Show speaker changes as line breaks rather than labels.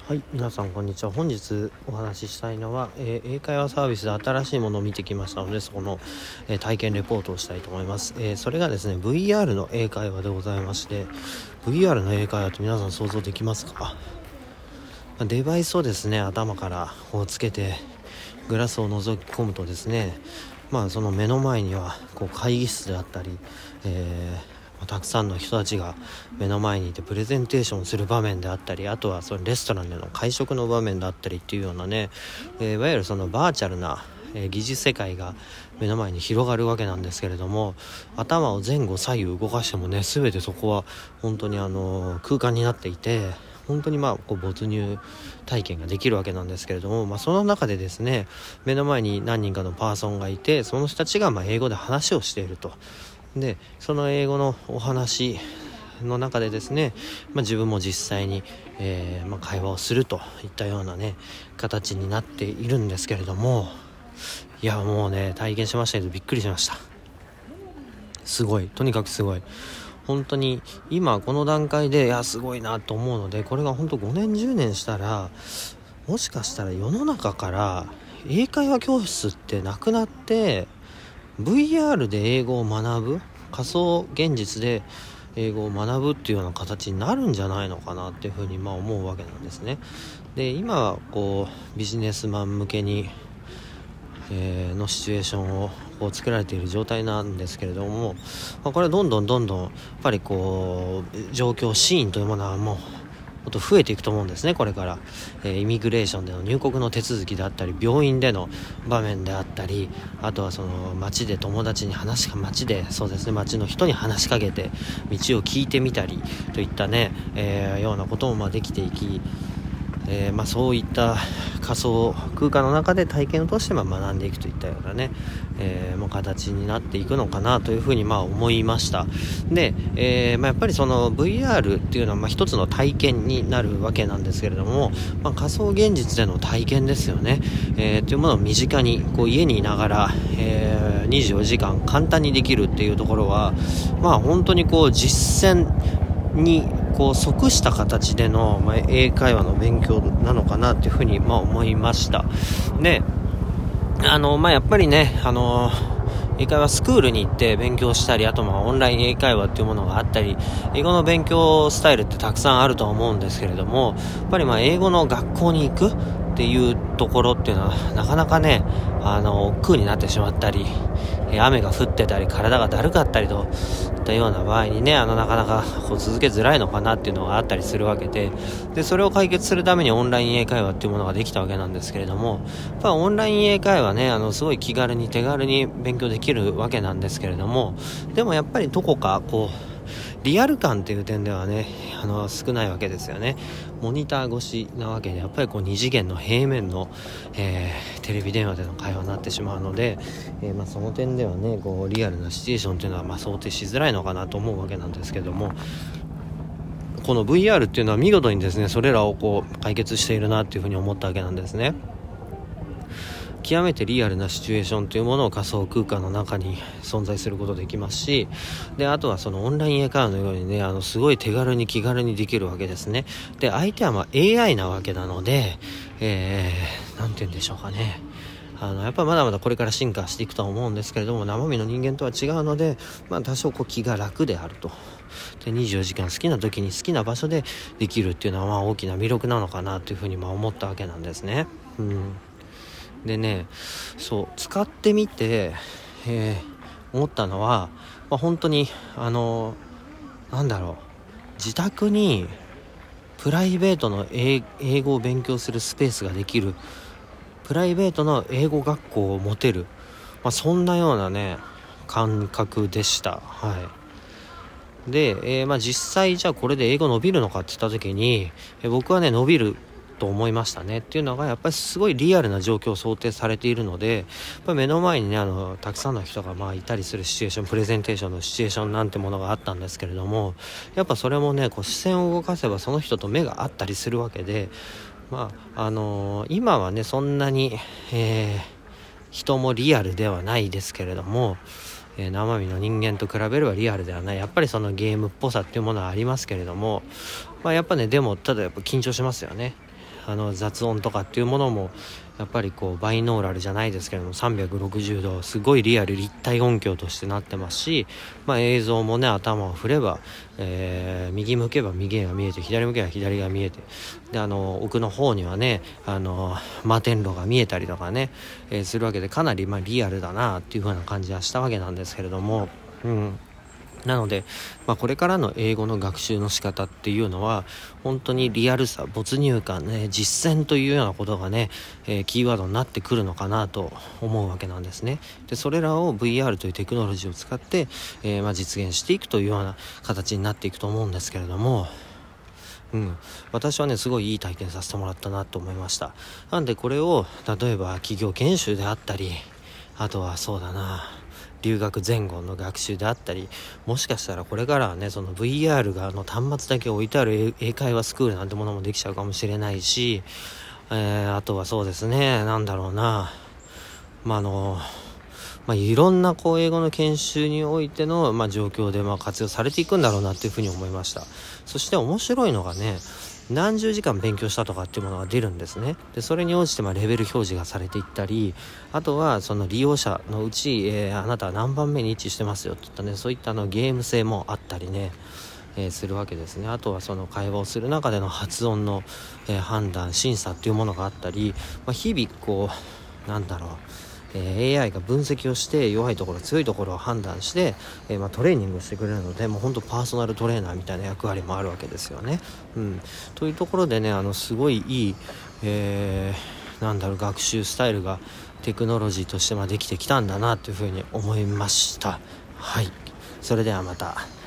はい、皆さんこんにちは。本日お話ししたいのは、英会話サービスで新しいものを見てきましたので、そこの、体験レポートをしたいと思います。それがですね VR の英会話でございまして、 VR の英会話って皆さん想像できますか？デバイスをですね頭からこうつけてグラスを覗き込むとですね、その目の前にはこう会議室であったり、たくさんの人たちが目の前にいてプレゼンテーションする場面であったり、あとはそのレストランでの会食の場面であったりっていうようなね、いわゆるそのバーチャルな疑似世界が目の前に広がるわけなんですけれども、頭を前後左右動かしてもね、全てそこは本当に空間になっていて、本当にこう没入体験ができるわけなんですけれども、その中でですね、目の前に何人かのパーソンがいて、その人たちが英語で話をしていると。でその英語のお話の中でですね、自分も実際に、会話をするといったようなね形になっているんですけれども、いやもうね体験しましたけどびっくりしました。すごい、とにかくすごい。本当に今この段階ですごいなと思うので、これが本当5年10年したら、もしかしたら世の中から英会話教室ってなくなって、VR で英語を学ぶ、仮想現実で英語を学ぶっていうような形になるんじゃないのかなっていうふうに思うわけなんですね。で今はこうビジネスマン向けに、のシチュエーションをこう作られている状態なんですけれども、これどんどんやっぱりこう状況シーンというものはもっと増えていくと思うんですね、これから。イミグレーションでの入国の手続きであったり、病院での場面であったり、あとはその街で友達に街の人に話しかけて道を聞いてみたりといったね、ようなこともできていき、そういった仮想空間の中で体験を通して学んでいくといったようなね、形になっていくのかなというふうに思いました。で、やっぱりその VR っていうのは一つの体験になるわけなんですけれども、仮想現実での体験ですよね、というものを身近にこう家にいながら、24時間簡単にできるっていうところは、本当にこう実践にこう即した形での、英会話の勉強なのかなというふうに思いました。でやっぱりね英会話スクールに行って勉強したり、あとオンライン英会話っていうものがあったり、英語の勉強スタイルってたくさんあると思うんですけれども、やっぱり英語の学校に行くっていうところっていうのはなかなかね億劫になってしまったり、雨が降ってたり体がだるかったりといったような場合にね、なかなかこう続けづらいのかなっていうのがあったりするわけで、それを解決するためにオンライン英会話っていうものができたわけなんですけれども、やっぱオンライン英会話ねすごい気軽に手軽に勉強できるわけなんですけれども、でもやっぱりどこかこうリアル感っていう点ではね少ないわけですよね。モニター越しなわけで、やっぱりこう二次元の平面の、テレビ電話での会話になってしまうので、その点ではねこうリアルなシチュエーションっていうのは想定しづらいのかなと思うわけなんですけども、この VR っていうのは見事にですねそれらをこう解決しているなっていうふうに思ったわけなんですね。極めてリアルなシチュエーションというものを仮想空間の中に存在することできますし、であとはそのオンライン英会話のようにねすごい手軽に気軽にできるわけですね。で相手はAI なわけなので、なんて言うんでしょうかね、やっぱりまだまだこれから進化していくとは思うんですけれども、生身の人間とは違うので、多少こう気が楽であると。で24時間好きな時に好きな場所でできるっていうのは大きな魅力なのかなというふうに思ったわけなんですね。でね、そう使ってみて、思ったのは、本当に自宅にプライベートの英語を勉強するスペースができる、プライベートの英語学校を持てる、そんなようなね感覚でした。で、実際じゃあこれで英語伸びるのかって言った時に、僕はね伸びると思いましたね。っていうのがやっぱりすごいリアルな状況を想定されているので、やっぱり目の前にねたくさんの人がいたりするシチュエーション、プレゼンテーションのシチュエーションなんてものがあったんですけれども、やっぱそれもねこう視線を動かせばその人と目が合ったりするわけで、今はねそんなに、人もリアルではないですけれども、生身の人間と比べればリアルではない、やっぱりそのゲームっぽさっていうものはありますけれども、やっぱねでもただやっぱ緊張しますよね。 雑音とかっていうものもやっぱりこうバイノーラルじゃないですけども360度すごいリアル立体音響としてなってますし、映像もね頭を振れば、右向けば右が見えて左向けば左が見えてで奥の方にはね摩天楼が見えたりとかね、するわけでかなりリアルだなっていう風な感じはしたわけなんですけれども、なので、これからの英語の学習の仕方っていうのは本当にリアルさ、没入感ね、実践というようなことがね、キーワードになってくるのかなと思うわけなんですね。でそれらを VR というテクノロジーを使って、実現していくというような形になっていくと思うんですけれども、私はねすごいいい体験させてもらったなと思いました。なんでこれを例えば企業研修であったり、あとはそうだな留学前後の学習であったり、もしかしたらこれからはねその VR が端末だけ置いてある英会話スクールなんてものもできちゃうかもしれないし、あとはそうですねいろんな英語の研修においての、状況で活用されていくんだろうなっていうふうに思いました。そして面白いのがね何十時間勉強したとかっていうものが出るんですね。でそれに応じてレベル表示がされていったり、あとはその利用者のうち、あなたは何番目に位置してますよっていったね、そういったゲーム性もあったりね、するわけですね。あとはその会話をする中での発音の、判断審査っていうものがあったり、日々AI が分析をして弱いところ強いところを判断して、トレーニングをしてくれるのでもう本当パーソナルトレーナーみたいな役割もあるわけですよね。というところでねすごいいい、学習スタイルがテクノロジーとしてできてきたんだなというふうに思いました。はい、それではまた。